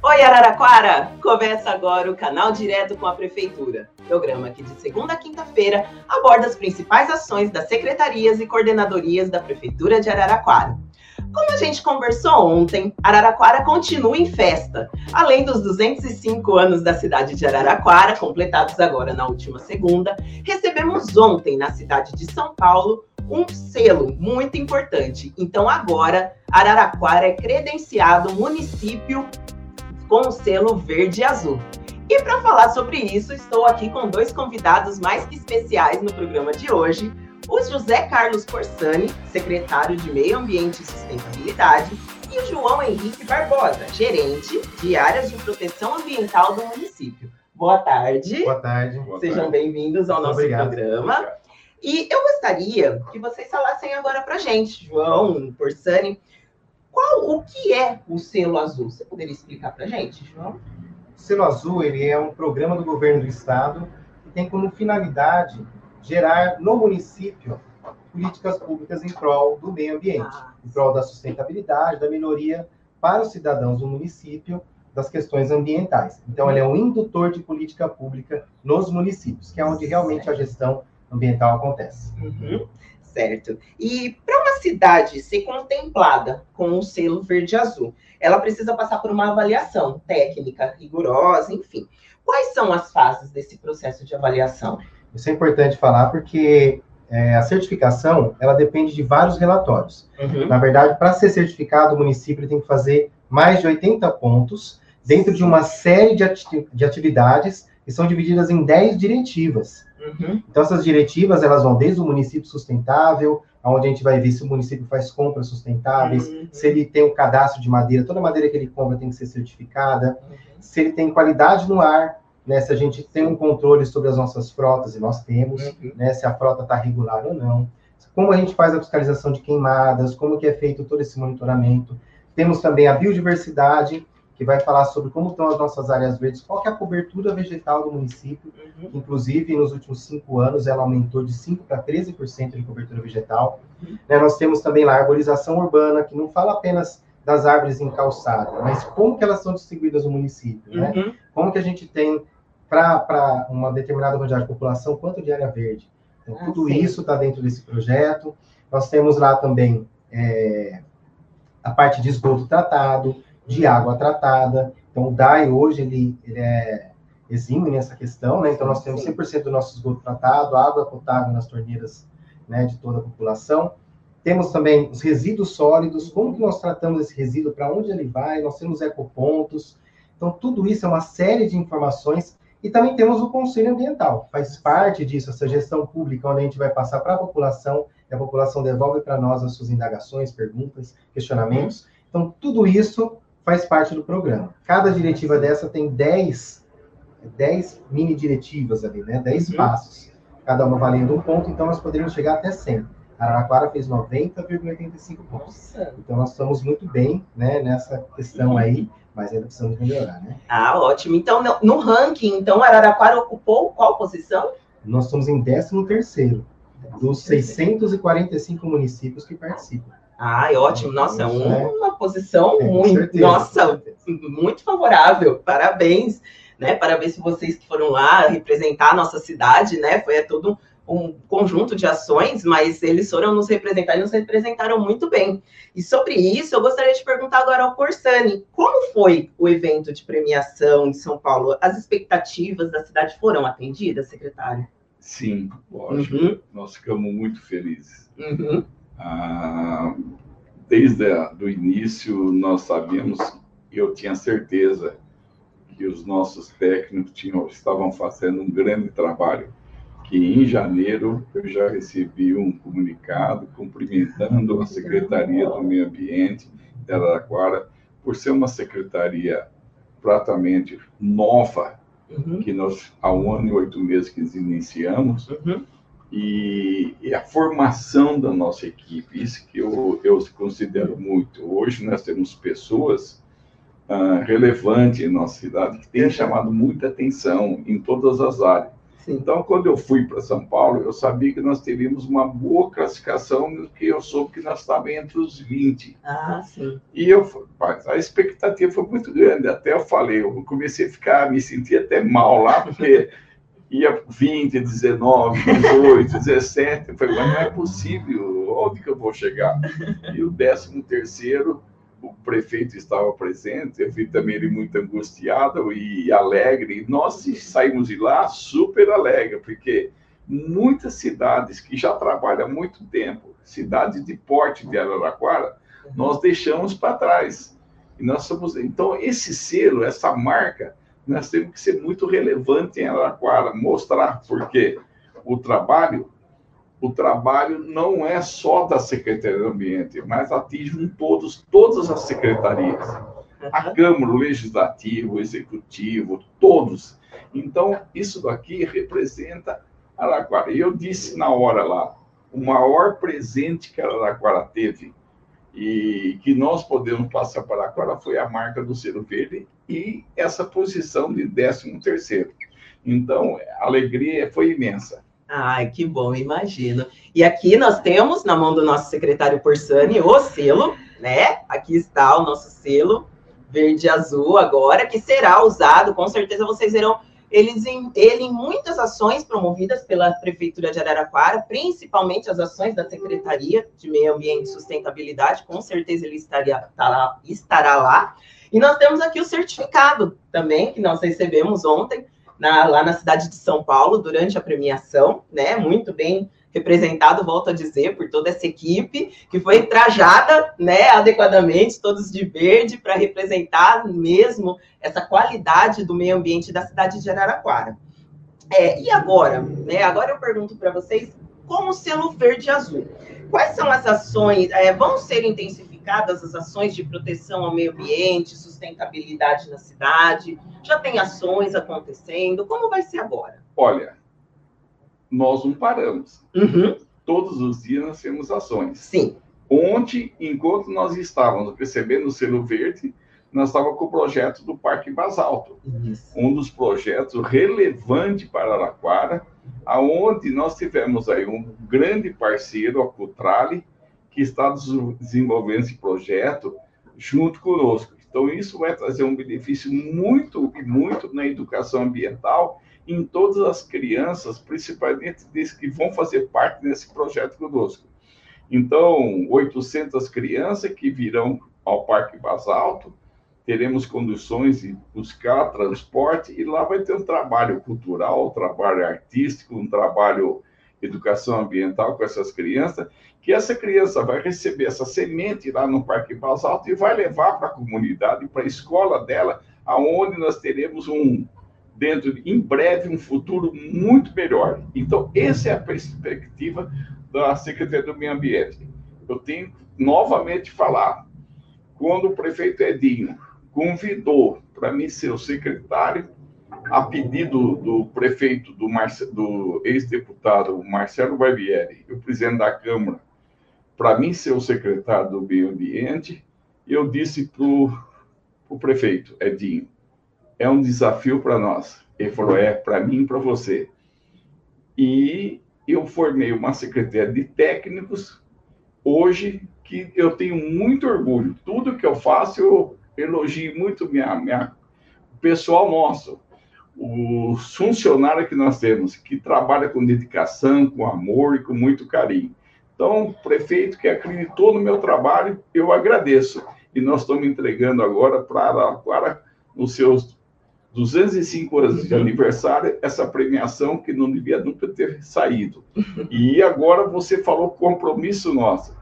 Oi, Araraquara! Começa agora o Canal Direto com a Prefeitura, programa que de segunda a quinta-feira aborda as principais ações das secretarias e coordenadorias da Prefeitura de Araraquara. Como a gente conversou ontem, Araraquara continua em festa. Além dos 205 anos da cidade de Araraquara, completados agora na última segunda, recebemos ontem, na cidade de São Paulo, um selo muito importante. Então agora, Araraquara é credenciado município com o selo verde e azul. E para falar sobre isso, estou aqui com dois convidados mais que especiais no programa de hoje. O José Carlos Corsani, secretário de Meio Ambiente e Sustentabilidade, e o João Henrique Barbosa, gerente de áreas de proteção ambiental do município. Boa tarde. Boa tarde. Sejam bem-vindos ao nosso programa. Obrigado. E eu gostaria que vocês falassem agora para a gente, João, Corsani, o que é o selo azul? Você poderia explicar para a gente, João? O selo azul ele é um programa do governo do estado que tem como finalidade gerar no município políticas públicas em prol do meio ambiente, em prol da sustentabilidade, da melhoria para os cidadãos do município das questões ambientais. Então, ele é um indutor de política pública nos municípios, que é onde realmente a gestão ambiental acontece. Certo. E para uma cidade ser contemplada com o selo verde e azul, ela precisa passar por uma avaliação técnica, rigorosa, enfim. Quais são as fases desse processo de avaliação? Isso é importante falar porque a certificação, ela depende de vários relatórios. Na verdade, para ser certificado, o município tem que fazer mais de 80 pontos dentro de uma série de atividades que são divididas em 10 diretivas. Então, essas diretivas, elas vão desde o município sustentável, onde a gente vai ver se o município faz compras sustentáveis, se ele tem um cadastro de madeira, toda madeira que ele compra tem que ser certificada, se ele tem qualidade no ar, né, se a gente tem um controle sobre as nossas frotas, e nós temos, né, se a frota está regular ou não, como a gente faz a fiscalização de queimadas, como que é feito todo esse monitoramento. Temos também a biodiversidade, que vai falar sobre como estão as nossas áreas verdes, qual que é a cobertura vegetal do município, inclusive nos últimos 5 anos ela aumentou de 5% para 13% de cobertura vegetal. Né, nós temos também lá a arborização urbana, que não fala apenas das árvores em calçada, mas como que elas são distribuídas no município, né? Como que a gente tem para uma determinada quantidade de população, quanto de área verde. Então, tudo isso está dentro desse projeto. Nós temos lá também a parte de esgoto tratado, de água tratada. Então, o DAE hoje, ele é exímio nessa questão, né? Então, nós temos 100% do nosso esgoto tratado, água potável nas torneiras, né, de toda a população. Temos também os resíduos sólidos, como que nós tratamos esse resíduo, para onde ele vai, nós temos ecopontos. Então, tudo isso é uma série de informações. E também temos o Conselho Ambiental, faz parte disso, essa gestão pública, onde a gente vai passar para a população, e a população devolve para nós as suas indagações, perguntas, questionamentos. Então, tudo isso faz parte do programa. Cada diretiva dessa tem 10 mini diretivas ali, né? 10 passos, cada uma valendo um ponto, então nós poderíamos chegar até 100. A Araraquara fez 90,85 pontos. Então, nós estamos muito bem, né, nessa questão aí, mas ainda precisamos melhorar, né? Ótimo. Então, no ranking, então, Araraquara ocupou qual posição? Nós estamos em 13º, dos 645 municípios que participam. Ótimo. Nossa, uma posição muito favorável. Parabéns, né? Parabéns para vocês que foram lá representar a nossa cidade, né? Foi todo um conjunto de ações, mas eles foram nos representar e nos representaram muito bem. E sobre isso, eu gostaria de perguntar agora ao Corsani, como foi o evento de premiação em São Paulo? As expectativas da cidade foram atendidas, secretário? Sim, lógico. Nós ficamos muito felizes. Desde o início, nós sabíamos, e eu tinha certeza que os nossos técnicos estavam fazendo um grande trabalho, que em janeiro eu já recebi um comunicado cumprimentando a Secretaria do Meio Ambiente de Araraquara por ser uma secretaria praticamente nova, que nós há 1 ano e 8 meses que iniciamos, e a formação da nossa equipe, isso que eu considero muito. Hoje nós temos pessoas relevantes em nossa cidade que têm chamado muita atenção em todas as áreas. Sim. Então, quando eu fui para São Paulo, eu sabia que nós teríamos uma boa classificação, que eu soube que nós estávamos entre os 20. Ah, sim. E a expectativa foi muito grande. Até eu falei, eu comecei a me sentir até mal lá, porque ia 20, 19, 18, 17. Eu falei, mas não é possível, onde que eu vou chegar? E o 13º, o prefeito estava presente, eu vi também ele muito angustiado e alegre. E nós saímos de lá super alegre, porque muitas cidades que já trabalham há muito tempo, cidades de porte de Araraquara, nós deixamos para trás. E nós somos, então, esse selo, essa marca, nós temos que ser muito relevante em Araraquara, mostrar, porque o trabalho não é só da Secretaria do Ambiente, mas atinge todas as secretarias. A Câmara, o Legislativo, o Executivo, todos. Então, isso daqui representa Araraquara. E eu disse na hora lá, o maior presente que Araraquara teve e que nós podemos passar para Araraquara foi a marca do selo verde e essa posição de 13º. Então, a alegria foi imensa. Ai, que bom, imagino. E aqui nós temos, na mão do nosso secretário Porsani, o selo, né? Aqui está o nosso selo verde e azul agora, que será usado, com certeza vocês verão ele em muitas ações promovidas pela Prefeitura de Araraquara, principalmente as ações da Secretaria de Meio Ambiente e Sustentabilidade, com certeza ele estará lá. E nós temos aqui o certificado também, que nós recebemos ontem, lá na cidade de São Paulo, durante a premiação, né? Muito bem representado, volto a dizer, por toda essa equipe, que foi trajada, né, adequadamente, todos de verde, para representar mesmo essa qualidade do meio ambiente da cidade de Araraquara. E agora, né? Agora eu pergunto para vocês, como o selo verde e azul, quais são as ações, vão ser intensificadas as ações de proteção ao meio ambiente, sustentabilidade na cidade? Já tem ações acontecendo? Como vai ser agora? Olha, nós não paramos. Todos os dias nós temos ações. Sim. Ontem, enquanto nós estávamos recebendo o selo verde, nós estávamos com o projeto do Parque Basalto. Um dos projetos relevantes para Araraquara, aonde nós tivemos aí um grande parceiro, a Cutrale, que está desenvolvendo esse projeto junto conosco. Então, isso vai trazer um benefício muito na educação ambiental em todas as crianças, principalmente desses que vão fazer parte desse projeto conosco. Então, 800 crianças que virão ao Parque Basalto, teremos condições de buscar transporte e lá vai ter um trabalho cultural, um trabalho artístico, um trabalho de educação ambiental com essas crianças, que essa criança vai receber essa semente lá no Parque Basalto e vai levar para a comunidade, para a escola dela, aonde nós teremos em breve, um futuro muito melhor. Então, essa é a perspectiva da Secretaria do Meio Ambiente. Eu tenho que falar, quando o prefeito Edinho convidou para mim ser o secretário, a pedido do prefeito, do ex-deputado Marcelo Barbieri, o presidente da Câmara, para mim ser o secretário do Meio Ambiente, eu disse para o prefeito Edinho, é um desafio para nós. Ele falou, para mim e para você. E eu formei uma secretaria de técnicos, hoje, que eu tenho muito orgulho. Tudo que eu faço, eu elogio muito o pessoal nosso, os funcionários que nós temos, que trabalham com dedicação, com amor e com muito carinho. Então, prefeito que acreditou no meu trabalho, eu agradeço. E nós estamos entregando agora para Araraquara, nos seus 205 anos de aniversário, essa premiação que não devia nunca ter saído. E agora você falou compromisso nosso.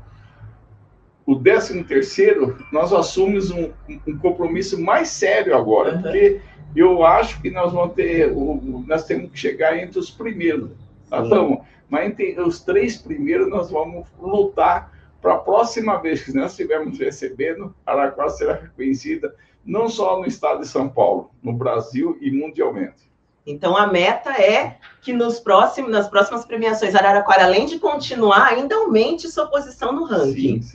O 13º, nós assumimos um compromisso mais sério agora, porque eu acho que nós temos que chegar entre os primeiros. Mas entre os 3 primeiros, nós vamos lutar para a próxima vez que nós estivermos recebendo, Araraquara será reconhecida não só no estado de São Paulo, no Brasil e mundialmente. Então, a meta é que nas próximas premiações, Araraquara, além de continuar, ainda aumente sua posição no ranking. Sim.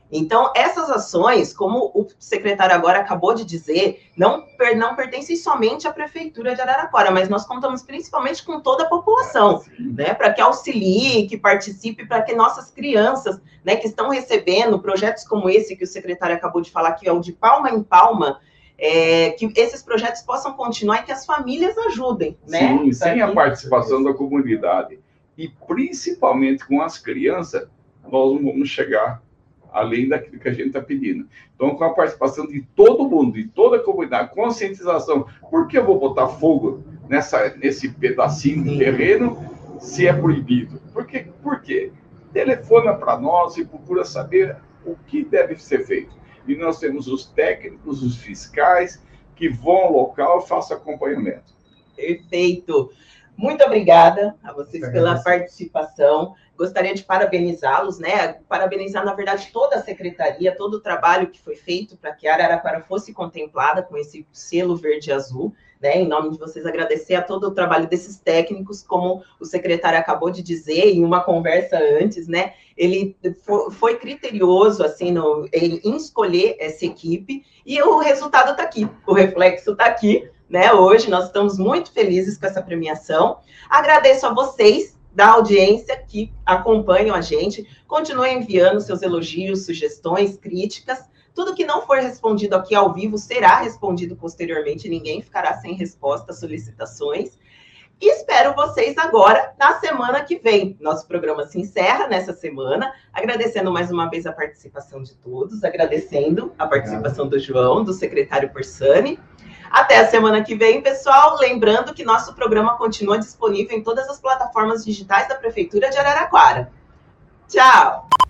Então, essas ações, como o secretário agora acabou de dizer, não pertencem somente à Prefeitura de Araraquara, mas nós contamos principalmente com toda a população, né, para que auxilie, que participe, para que nossas crianças, né, que estão recebendo projetos como esse que o secretário acabou de falar, que é o de Palma em Palma, que esses projetos possam continuar e que as famílias ajudem, né? Sim, sem a participação da comunidade, e principalmente com as crianças, nós não vamos chegar além daquilo que a gente está pedindo. Então, com a participação de todo mundo, de toda a comunidade, conscientização, por que eu vou botar fogo nesse pedacinho de terreno se é proibido? Por quê? Telefona para nós e procura saber o que deve ser feito. E nós temos os técnicos, os fiscais, que vão ao local e façam acompanhamento. Perfeito. Muito obrigada a vocês pela participação. Gostaria de parabenizá-los, né? Parabenizar, na verdade, toda a secretaria, todo o trabalho que foi feito para que Araraquara fosse contemplada com esse selo verde e azul, né? Em nome de vocês, agradecer a todo o trabalho desses técnicos, como o secretário acabou de dizer em uma conversa antes, né? Ele foi criterioso, assim, em escolher essa equipe, e o resultado está aqui, o reflexo está aqui, né? Hoje nós estamos muito felizes com essa premiação. Agradeço a vocês da audiência que acompanham a gente. Continuem enviando seus elogios, sugestões, críticas. Tudo que não for respondido aqui ao vivo será respondido posteriormente. Ninguém ficará sem resposta às solicitações. E espero vocês agora na semana que vem. Nosso programa se encerra nessa semana, agradecendo mais uma vez a participação de todos, agradecendo a participação do João, do secretário Persani. Até a semana que vem, pessoal. Lembrando que nosso programa continua disponível em todas as plataformas digitais da Prefeitura de Araraquara. Tchau!